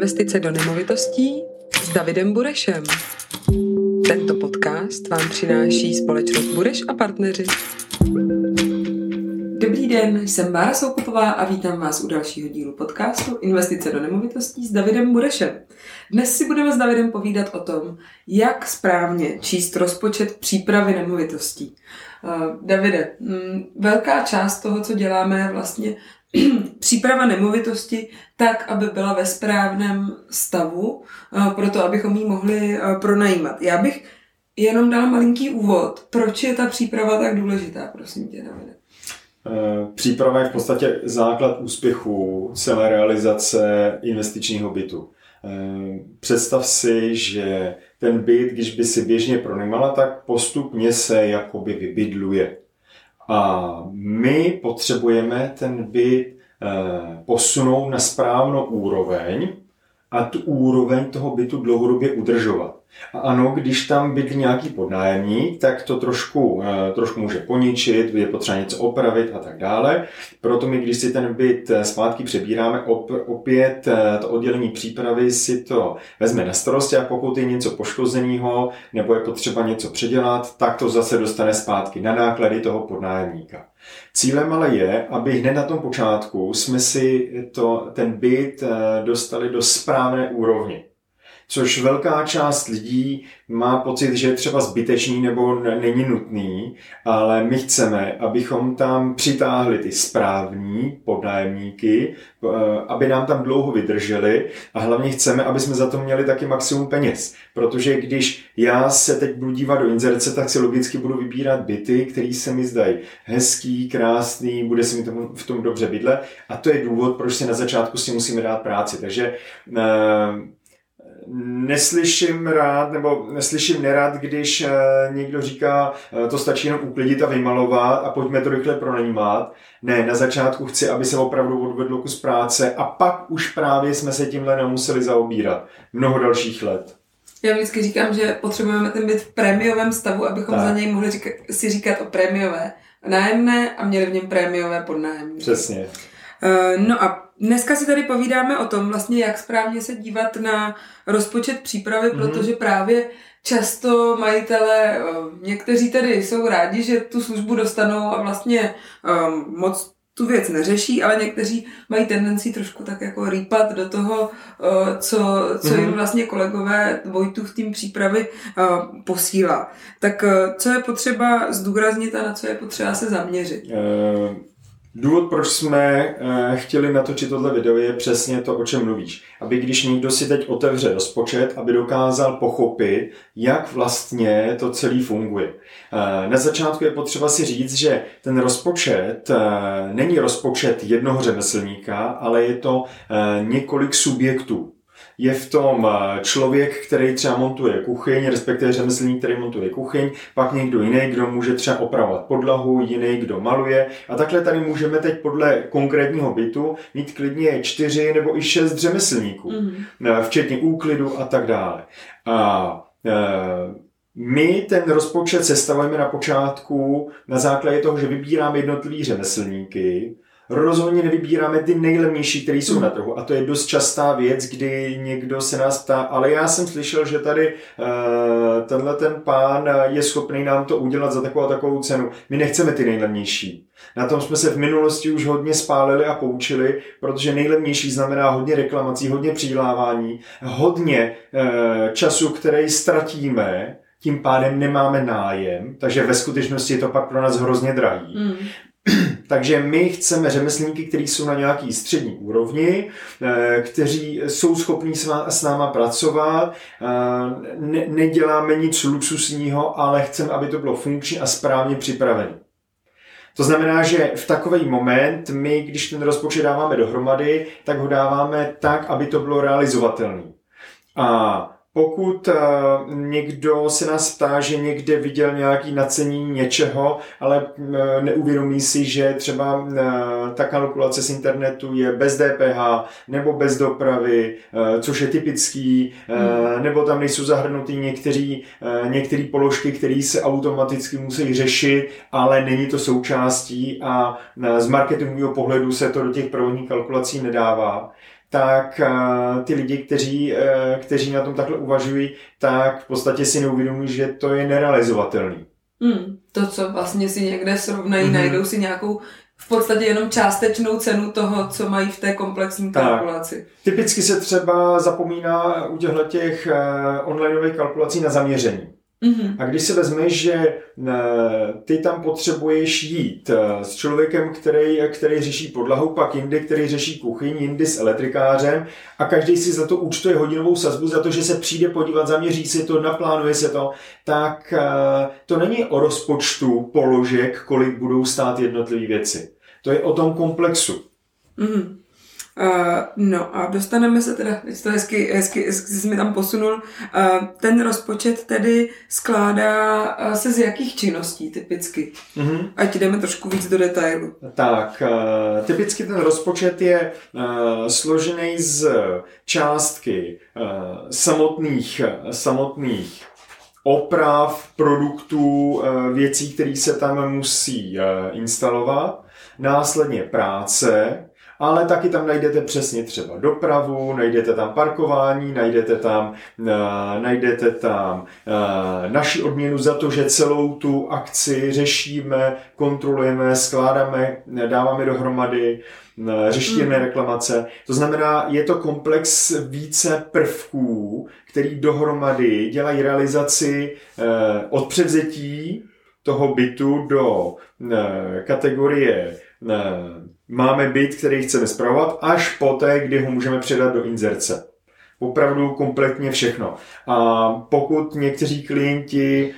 Investice do nemovitostí s Davidem Burešem. Tento podcast vám přináší společnost Bureš a partneři. Dobrý den, jsem Bára Soukupová a vítám vás u dalšího dílu podcastu Investice do nemovitostí s Davidem Burešem. Dnes si budeme s Davidem povídat o tom, jak správně číst rozpočet přípravy nemovitostí. Davide, velká část toho, co děláme, je vlastně příprava nemovitosti tak, aby byla ve správném stavu, proto abychom ji mohli pronajímat. Já bych jenom dal malinký úvod. Proč je ta příprava tak důležitá, prosím tě, Davide? Příprava je v podstatě základ úspěchu celé realizace investičního bytu. Představ si, že ten byt, když by si běžně pronajímala, tak postupně se jakoby vybydluje. A my potřebujeme ten byt posunout na správnou úroveň a tu úroveň toho bytu dlouhodobě udržovat. A ano, když tam bydlí nějaký podnájemník, tak to trošku může poničit, je potřeba něco opravit a tak dále. Proto my, když si ten byt zpátky přebíráme, opět to oddělení přípravy si to vezme na starosti a pokud je něco poškozeného nebo je potřeba něco předělat, tak to zase dostane zpátky na náklady toho podnájemníka. Cílem ale je, aby hned na tom počátku jsme si ten byt dostali do správné úrovně. Což velká část lidí má pocit, že je třeba zbytečný nebo není nutný, ale my chceme, abychom tam přitáhli ty správní podnájemníky, aby nám tam dlouho vydrželi a hlavně chceme, aby jsme za to měli taky maximum peněz. Protože když já se teď budu dívat do inzerce, tak si logicky budu vybírat byty, které se mi zdají hezký, krásný, bude se mi v tom dobře bydlet a to je důvod, proč si na začátku si musíme dát práci. Takže neslyším nerad, když někdo říká, to stačí jenom uklidit a vymalovat a pojďme to rychle pronajímat. Ne, na začátku chci, aby se opravdu odvedlo kus práce a pak už právě jsme se tímhle nemuseli zaobírat mnoho dalších let. Já vždycky říkám, že potřebujeme ten byt v prémiovém stavu, abychom za něj mohli si říkat o prémiové nájemné a měli v něm prémiové podnájemní. Přesně. No a dneska si tady povídáme o tom, vlastně jak správně se dívat na rozpočet přípravy, protože právě často majitelé, někteří tedy jsou rádi, že tu službu dostanou a vlastně moc tu věc neřeší, ale někteří mají tendenci trošku tak jako rýpat do toho, co jim vlastně kolegové Vojtův tým přípravy posílá. Tak co je potřeba zdůraznit a na co je potřeba se zaměřit? Důvod, proč jsme chtěli natočit tohle video, je přesně to, o čem mluvíš. Aby když někdo si teď otevře rozpočet, aby dokázal pochopit, jak vlastně to celý funguje. Na začátku je potřeba si říct, že ten rozpočet není rozpočet jednoho řemeslníka, ale je to několik subjektů. Je v tom člověk, který třeba montuje kuchyň, respektive řemeslník, který montuje kuchyň, pak někdo jiný, kdo může třeba opravovat podlahu, jiný, kdo maluje. A takhle tady můžeme teď podle konkrétního bytu mít klidně 4 nebo i 6 řemeslníků, včetně úklidu a tak dále. A my ten rozpočet sestavujeme na počátku na základě toho, že vybíráme jednotlivý řemeslníky. Rozhodně nevybíráme ty nejlevnější, které jsou na trhu. A to je dost častá věc, kdy někdo se nás ptá, ale já jsem slyšel, že tady tenhle ten pán je schopný nám to udělat za takovou cenu. My nechceme ty nejlevnější. Na tom jsme se v minulosti už hodně spálili a poučili, protože nejlevnější znamená hodně reklamací, hodně přidělávání, hodně času, který ztratíme, tím pádem nemáme nájem, takže ve skutečnosti je to pak pro nás hrozně drahý. Takže my chceme řemeslníky, kteří jsou na nějaký střední úrovni, kteří jsou schopní s náma pracovat, neděláme nic luxusního, ale chceme, aby to bylo funkční a správně připravené. To znamená, že v takový moment my, když ten rozpočet dáváme dohromady, tak ho dáváme tak, aby to bylo realizovatelné. A pokud někdo se nás ptá, že někde viděl nějaký nacenění něčeho, ale neuvědomí si, že třeba ta kalkulace z internetu je bez DPH nebo bez dopravy, což je typický, nebo tam nejsou zahrnuty některé položky, které se automaticky musí řešit, ale není to součástí a z marketingového pohledu se to do těch prvních kalkulací nedává, tak ty lidi, kteří na tom takhle uvažují, tak v podstatě si neuvědomují, že to je nerealizovatelný. To, co vlastně si někde srovnají, najdou si nějakou v podstatě jenom částečnou cenu toho, co mají v té komplexní kalkulaci. Tak. Typicky se třeba zapomíná u těch onlineových kalkulací na zaměření. A když si vezmeš, že ty tam potřebuješ jít s člověkem, který řeší podlahu, pak jindy, který řeší kuchyň, jindy s elektrikářem a každý si za to účtuje hodinovou sazbu, za to, že se přijde podívat, zaměří si to, naplánuje se to, tak to není o rozpočtu položek, kolik budou stát jednotlivé věci. To je o tom komplexu. No a dostaneme se teda, to hezky jsi mi tam posunul, ten rozpočet tedy skládá se z jakých činností typicky? Ať jdeme trošku víc do detailu. Tak, typicky ten rozpočet je složený z částky samotných oprav, produktů, věcí, které se tam musí instalovat, následně práce, ale taky tam najdete přesně třeba dopravu, najdete tam parkování, najdete tam naši odměnu za to, že celou tu akci řešíme, kontrolujeme, skládáme, dáváme dohromady, řešíme reklamace. To znamená, je to komplex více prvků, který dohromady dělají realizaci od převzetí toho bytu do kategorie máme byt, který chceme spravovat, až poté, kdy ho můžeme předat do inzerce. Opravdu kompletně všechno. A pokud někteří klienti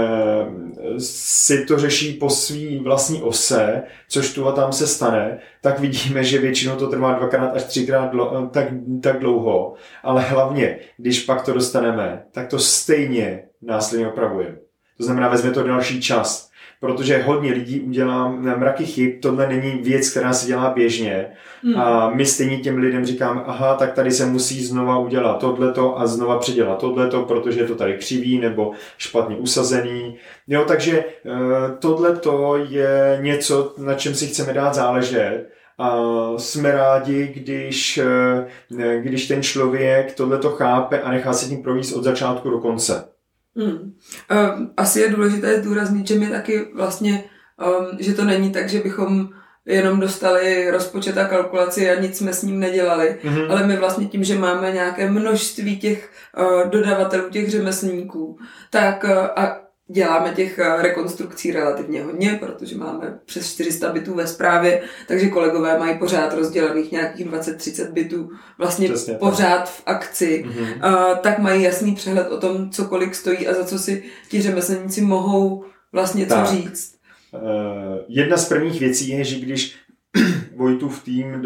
si to řeší po svý vlastní ose, což tu a tam se stane, tak vidíme, že většinou to trvá 2x až 3x tak dlouho. Ale hlavně, když pak to dostaneme, tak to stejně následně opravujeme. To znamená, vezme to další čas. Protože hodně lidí udělá mraky chyb, tohle není věc, která se dělá běžně a my stejně těm lidem říkáme, aha, tak tady se musí znova udělat tohleto a znova předělat tohleto, protože je to tady křivý nebo špatně usazený. Jo, takže tohleto je něco, na čem si chceme dát záležet a jsme rádi, když ten člověk tohleto chápe a nechá se tím províst od začátku do konce. Asi je důležité zdůraznit, že my taky vlastně, že to není tak, že bychom jenom dostali rozpočet a kalkulaci a nic jsme s ním nedělali, ale my vlastně tím, že máme nějaké množství těch dodavatelů, těch řemeslníků, tak a děláme těch rekonstrukcí relativně hodně, protože máme přes 400 bytů ve správě, takže kolegové mají pořád rozdělených nějakých 20-30 bytů vlastně přesně, pořád v akci, tak mají jasný přehled o tom, co kolik stojí a za co si ti řemeslníci mohou vlastně co říct. Jedna z prvních věcí je, že když Vojtův tým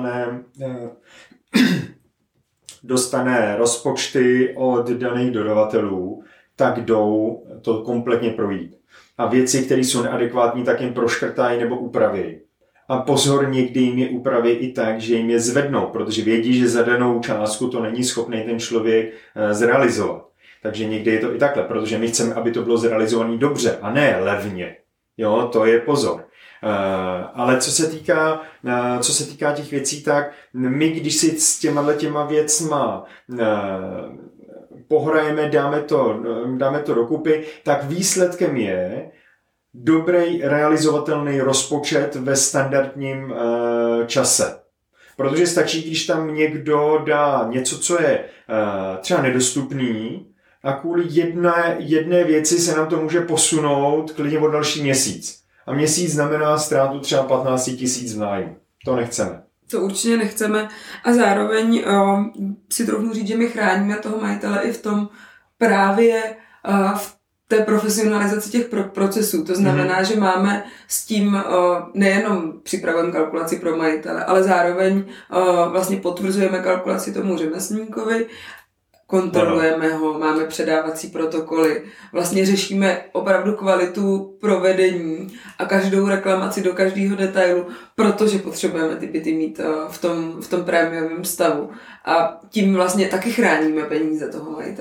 dostane rozpočty od daných dodavatelů, tak jdou to kompletně projít. A věci, které jsou neadekvátní, tak jim proškrtají nebo upraví. A pozor, někdy jim je upraví i tak, že jim je zvednou, protože vědí, že za danou částku to není schopný ten člověk zrealizovat. Takže někdy je to i takhle, protože my chceme, aby to bylo zrealizované dobře a ne levně. Jo, to je pozor. Ale co se týká těch věcí, tak my, když si s těma věcma pohrajeme, dáme to dokupy, tak výsledkem je dobrý realizovatelný rozpočet ve standardním čase. Protože stačí, když tam někdo dá něco, co je třeba nedostupný a kvůli jedné věci se nám to může posunout klidně o další měsíc. A měsíc znamená ztrátu třeba 15 000 v nájmu. To nechceme. To určitě nechceme a zároveň si trochu říct, že my chráníme toho majitele i v tom právě v té profesionalizaci těch procesů. To znamená, že máme s tím nejenom připravujeme kalkulaci pro majitele, ale zároveň vlastně potvrzujeme kalkulaci tomu řemeslníkovi, kontrolujeme ho, máme předávací protokoly, vlastně řešíme opravdu kvalitu provedení a každou reklamaci do každého detailu, protože potřebujeme ty byty mít v tom prémiovém stavu. A tím vlastně taky chráníme peníze toho majitele.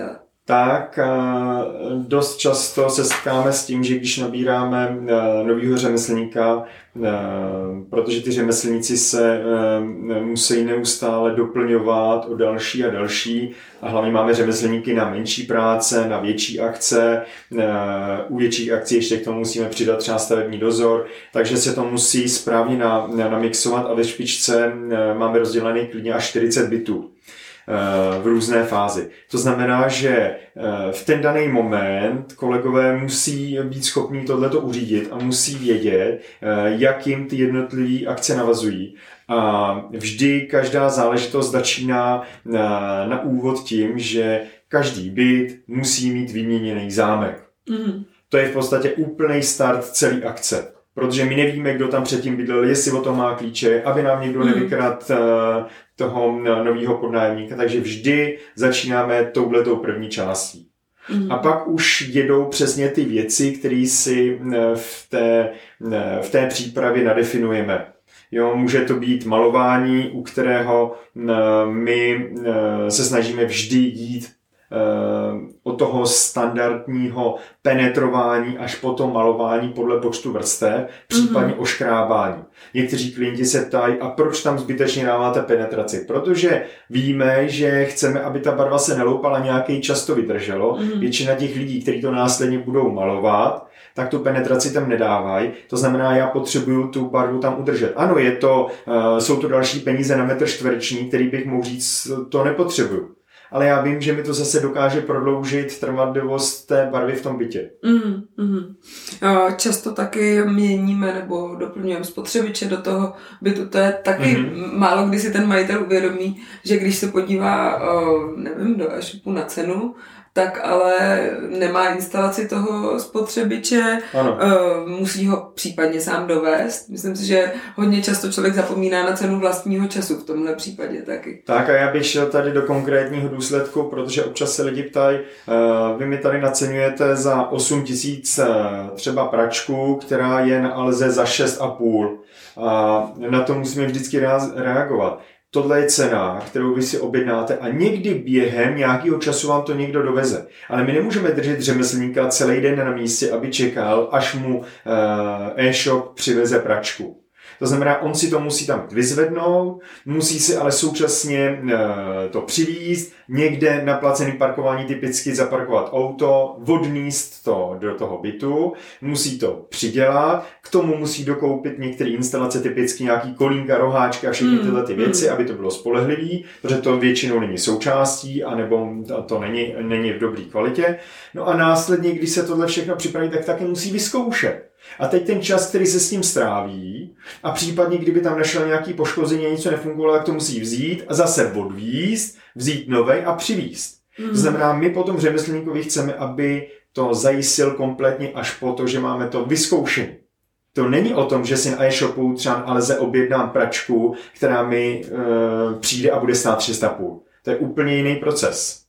tak dost často se setkáme s tím, že když nabíráme novýho řemeslníka, protože ty řemeslníci se musí neustále doplňovat o další a další a hlavně máme řemeslníky na menší práce, na větší akce, u větších akcí ještě k tomu musíme přidat třeba stavební dozor, takže se to musí správně namixovat a ve špičce máme rozdělený klidně až 40 bitů v různé fázi. To znamená, že v ten daný moment kolegové musí být schopní tohleto uřídit a musí vědět, jak jim ty jednotlivé akce navazují. A vždy každá záležitost začíná na úvod tím, že každý byt musí mít vyměněný zámek. Mm. To je v podstatě úplný start celé akce. Protože my nevíme, kdo tam předtím bydlel, jestli o tom má klíče, aby nám někdo nevykradl toho nového podnájemníka. Takže vždy začínáme touhletou první částí. A pak už jedou přesně ty věci, které si v té přípravě nadefinujeme. Jo, může to být malování, u kterého my se snažíme vždy jít od toho standardního penetrování až po to malování podle počtu vrstev, případně oškrábání. Někteří klienti se ptají, a proč tam zbytečně dáváte penetraci? Protože víme, že chceme, aby ta barva se neloupala, nějaký čas to vydrželo. Většina těch lidí, kteří to následně budou malovat, tak tu penetraci tam nedávají. To znamená, já potřebuju tu barvu tam udržet. Ano, jsou to další peníze na metr čtvereční, který bych mohl říct, to nepotřebuju. Ale já vím, že mi to zase dokáže prodloužit trvanlivost té barvy v tom bytě. Často taky měníme nebo doplňujeme spotřebiče do toho bytu. To je taky málo kdy si ten majitel uvědomí, že když se podívá, nevím, do e-shopu na cenu, tak ale nemá instalaci toho spotřebiče, musí ho případně sám dovést. Myslím si, že hodně často člověk zapomíná na cenu vlastního času v tomhle případě taky. Tak a já bych šel tady do konkrétního důsledku, protože občas se lidi ptají, vy mi tady naceňujete za 8 000 třeba pračku, která je na Alze za 6,5. A na to musíme vždycky reagovat. Tohle je cena, kterou vy si objednáte a někdy během nějakého času vám to někdo doveze. Ale my nemůžeme držet řemeslníka celý den na místě, aby čekal, až mu e-shop přiveze pračku. To znamená, on si to musí tam vyzvednout, musí si ale současně to přivízt, někde na placeném parkování typicky zaparkovat auto, odníst to do toho bytu, musí to přidělat, k tomu musí dokoupit některé instalace, typicky nějaký kolínka, roháčky a všechny tyhle ty věci, aby to bylo spolehlivý, protože to většinou není součástí, anebo to není v dobré kvalitě. No a následně, když se tohle všechno připraví, tak taky musí vyzkoušet. A teď ten čas, který se s tím stráví a případně, kdyby tam našel nějaký poškození a něco nefungovalo, tak to musí vzít a zase odvízt, vzít novej a přivízt. To znamená, my potom řemeslníkovi chceme, aby to zajistil kompletně až po to, že máme to vyzkoušené. To není o tom, že si na e-shopu třeba na Alze objednám pračku, která mi přijde a bude stát 6,5. To je úplně jiný proces.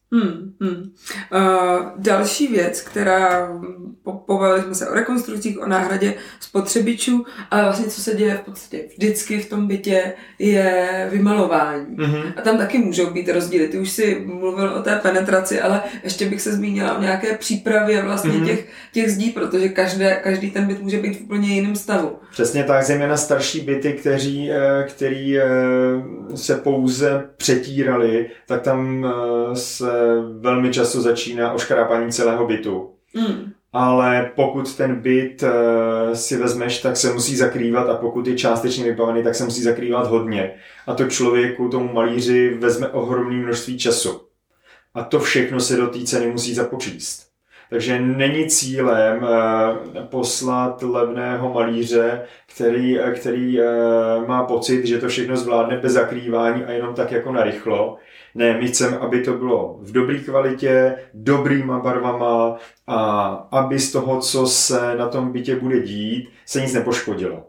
Další věc, která pobavili jsme se o rekonstrukcích, o náhradě spotřebičů, ale vlastně co se děje v podstatě vždycky v tom bytě je vymalování. A tam taky můžou být rozdíly. Ty už si mluvil o té penetraci, ale ještě bych se zmínila o nějaké přípravě vlastně těch zdí, protože každý ten byt může být v úplně jiném stavu. Přesně tak, zejména starší byty, který se pouze přetírali, tak tam se velmi často začíná oškrápání celého bytu. Ale pokud ten byt si vezmeš, tak se musí zakrývat a pokud je částečně vybavený, tak se musí zakrývat hodně. A to člověku, tomu malíři, vezme ohromné množství času. A to všechno se do té ceny musí započíst. Takže není cílem poslat levného malíře, který má pocit, že to všechno zvládne bez zakrývání a jenom tak jako narychlo. Ne, my chceme, aby to bylo v dobré kvalitě, dobrýma barvama a aby z toho, co se na tom bytě bude dít, se nic nepoškodilo.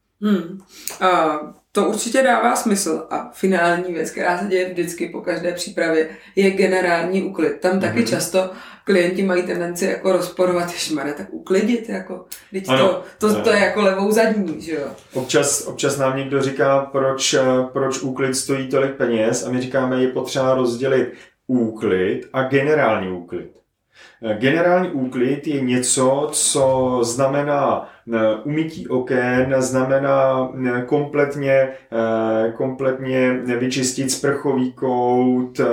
To určitě dává smysl a finální věc, která se děje vždycky po každé přípravě, je generální úklid. Tam taky často klienti mají tendenci jako rozporovat, ježmane, tak uklidit, jako, to je jako levou zadní, že jo. Občas nám někdo říká, proč úklid stojí tolik peněz a my říkáme, je potřeba rozdělit úklid a generální úklid. Generální úklid je něco, co znamená umytí oken, znamená kompletně vyčistit sprchový kout,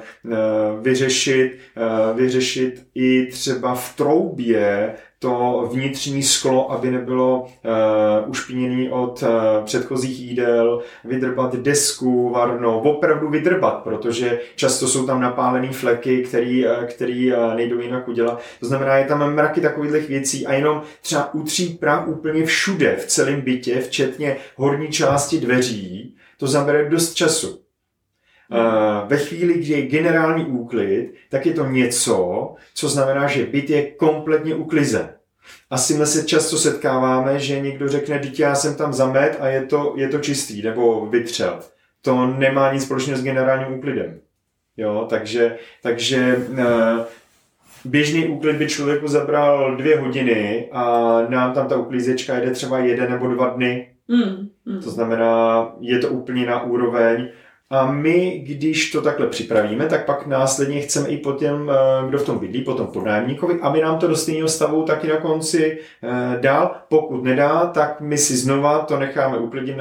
vyřešit i třeba v troubě to vnitřní sklo, aby nebylo ušpiněný od předchozích jídel, vydrbat desku varnou, opravdu vydrbat, protože často jsou tam napálený fleky, který nejdou jinak udělat. To znamená, je tam mraky takových věcí a jenom třeba utřít prach úplně všude, v celém bytě, včetně horní části dveří, to zabere dost času. Ve chvíli, kdy je generální úklid, tak je to něco, co znamená, že byt je kompletně uklizen. A s tímhle se často setkáváme, že někdo řekne, dítě, já jsem tam zamet a je to čistý, nebo vytřel. To nemá nic společného s generálním úklidem. Jo, takže běžný úklid by člověku zabral 2 hodiny a nám tam ta uklízečka jede třeba 1 nebo 2 dny. To znamená, je to úplně na úroveň. A my, když to takhle připravíme, tak pak následně chceme i po těm, kdo v tom bydlí, po tom podnájemníkovi, aby nám to do stejného stavu taky na konci dal. Pokud nedá, tak my si znova to necháme uklidit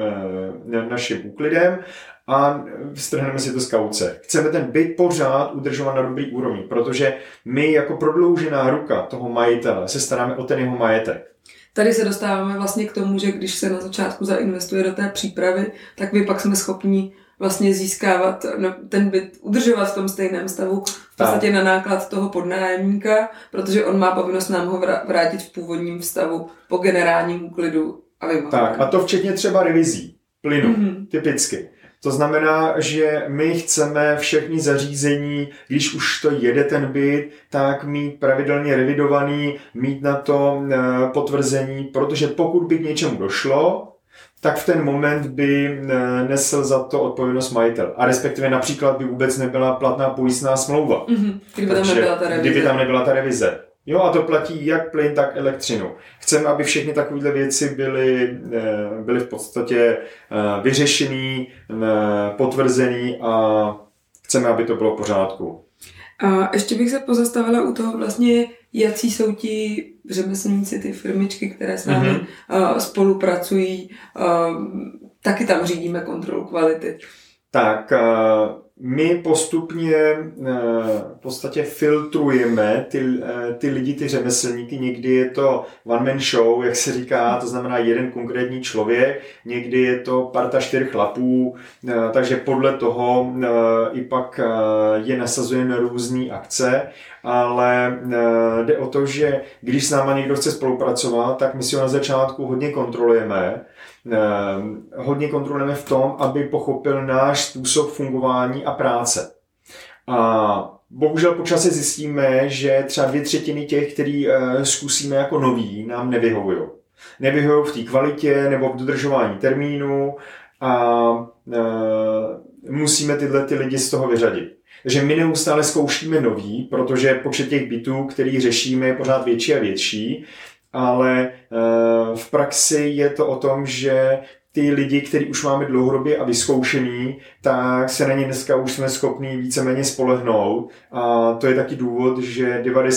naším úklidem a strhneme si to z kauce. Chceme ten byt pořád udržovat na dobrý úrovni, protože my jako prodloužená ruka toho majitele se staráme o ten jeho majetek. Tady se dostáváme vlastně k tomu, že když se na začátku zainvestuje do té přípravy, tak my pak jsme schopni vlastně získávat ten byt, udržovat v tom stejném stavu v podstatě na náklad toho podnájemníka, protože on má povinnost nám ho vrátit v původním stavu po generálním úklidu a vymahování. Tak a to včetně třeba revizí plynu, typicky. To znamená, že my chceme všechny zařízení, když už to jede ten byt, tak mít pravidelně revidovaný, mít na to potvrzení, protože pokud by k něčemu došlo, tak v ten moment by nesl za to odpovědnost majitel. A respektive například by vůbec nebyla platná pojistná smlouva. Kdyby tam nebyla ta revize. Jo, a to platí jak plyn, tak elektřinu. Chceme, aby všechny takovéhle věci byly v podstatě vyřešený, potvrzený a chceme, aby to bylo v pořádku. A ještě bych se pozastavila u toho vlastně, jací jsou ti řemeslníci, ty firmičky, které s námi spolupracují. Taky tam řídíme kontrolu kvality. Tak my postupně v podstatě filtrujeme ty lidi, ty řemeslníky. Někdy je to one man show, jak se říká, to znamená jeden konkrétní člověk, někdy je to parta 4 chlapů, takže podle toho i pak je nasazujeme různé akce, ale jde o to, že když s náma někdo chce spolupracovat, tak my si ho na začátku hodně kontrolujeme. Hodně kontrolujeme v tom, aby pochopil náš způsob fungování a práce. A bohužel po čase zjistíme, že třeba 2/3 těch, který zkusíme jako noví, nám nevyhovují. Nevyhovují v té kvalitě nebo v dodržování termínu a musíme tyhle lidi z toho vyřadit. Takže my neustále zkoušíme nový, protože počet těch bytů, který řešíme, je pořád větší a větší, ale v praxi je to o tom, že ty lidi, který už máme dlouhodobě a vyzkoušený, tak se na ně dneska už jsme schopni víceméně spolehnout. A to je taky důvod, že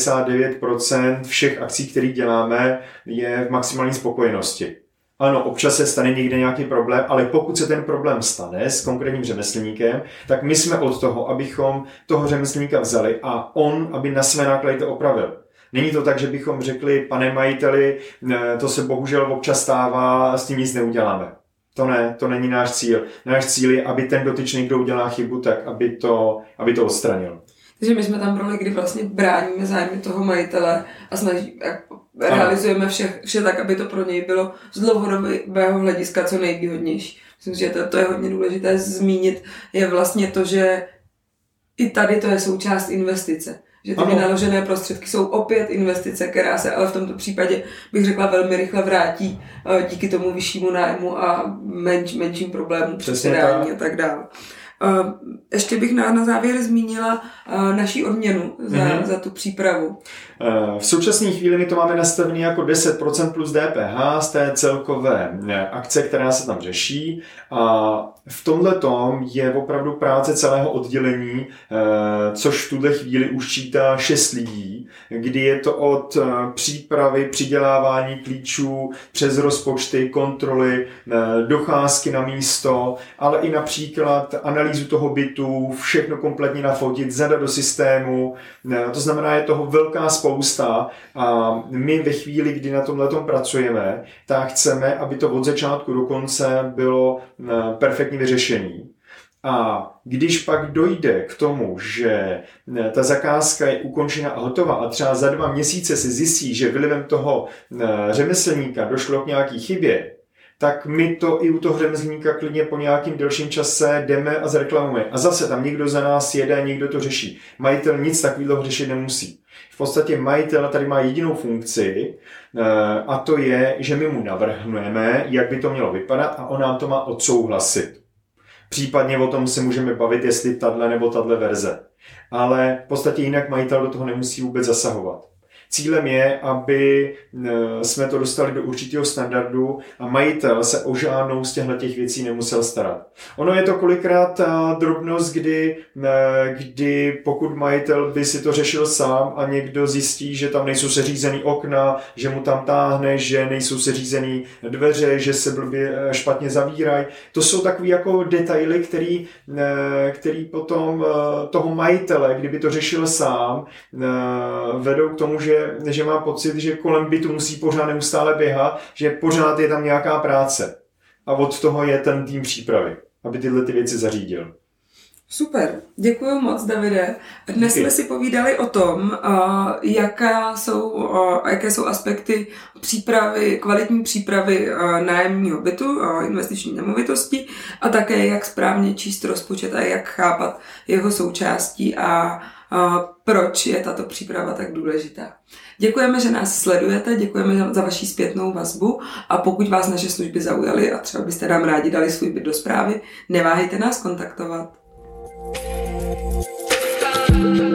99% všech akcí, které děláme, je v maximální spokojenosti. Ano, občas se stane někde nějaký problém, ale pokud se ten problém stane s konkrétním řemeslníkem, tak my jsme od toho, abychom toho řemeslníka vzali a on, aby na své náklady to opravil. Není to tak, že bychom řekli, pane majiteli, to se bohužel občas stává a s tím nic neuděláme. To ne, to není náš cíl. Náš cíl je, aby ten dotyčný, kdo udělá chybu, tak aby to odstranil. Takže my jsme tam v roli, kdy vlastně bráníme zájmy toho majitele a realizujeme vše tak, aby to pro něj bylo z dlouhodobého hlediska co nejvýhodnější. Myslím, že to je hodně důležité zmínit, je vlastně to, že i tady to je součást investice. Že ty vynaložené prostředky jsou opět investice, která se ale v tomto případě, bych řekla, velmi rychle vrátí díky tomu vyššímu nájmu a menším problémům při předání a tak dále. Ještě bych na závěr zmínila naší odměnu za tu přípravu. V současné chvíli my to máme nastavené jako 10% plus DPH z té celkové akce, která se tam řeší. A v tomhletom je opravdu práce celého oddělení, což v tuhle chvíli už čítá 6 lidí, kdy je to od přípravy, přidělávání klíčů, přes rozpočty, kontroly, docházky na místo, ale i například analýzu toho bytu, všechno kompletně nafotit, zadat do systému. To znamená, je toho velká spousta a my ve chvíli, kdy na tomhletom pracujeme, tak chceme, aby to od začátku do konce bylo perfektně vyřešený. A když pak dojde k tomu, že ta zakázka je ukončena a hotová a třeba za 2 měsíce se zjistí, že vlivem toho řemeslníka došlo k nějaký chybě, tak my to i u toho řemeslníka klidně po nějakým delším čase jdeme a zreklamujeme. A zase tam někdo za nás jede, někdo to řeší. Majitel nic takového řešit nemusí. V podstatě majitel tady má jedinou funkci a to je, že my mu navrhneme, jak by to mělo vypadat a on nám to má odsouhlasit. Případně o tom se můžeme bavit, jestli tahle nebo tahle verze. Ale v podstatě jinak majitel do toho nemusí vůbec zasahovat. Cílem je, aby jsme to dostali do určitého standardu a majitel se o žádnou z těchto věcí nemusel starat. Ono je to kolikrát drobnost, kdy pokud majitel by si to řešil sám a někdo zjistí, že tam nejsou seřízený okna, že mu tam táhne, že nejsou seřízený dveře, že se blbě špatně zavírají. To jsou takové jako detaily, který potom toho majitele, kdyby to řešil sám, vedou k tomu, že má pocit, že kolem bytu musí pořád neustále běhat, že pořád je tam nějaká práce. A od toho je ten tým přípravy, aby tyhle ty věci zařídil. Super, děkuji moc, Davide. Dnes jsme si povídali o tom, jaké jsou aspekty přípravy, kvalitní přípravy nájemního bytu, investiční nemovitosti a také jak správně číst rozpočet a jak chápat jeho součástí a proč je tato příprava tak důležitá. Děkujeme, že nás sledujete, děkujeme za vaši zpětnou vazbu a pokud vás naše služby zaujaly a třeba byste nám rádi dali svůj byt do správy, neváhejte nás kontaktovat.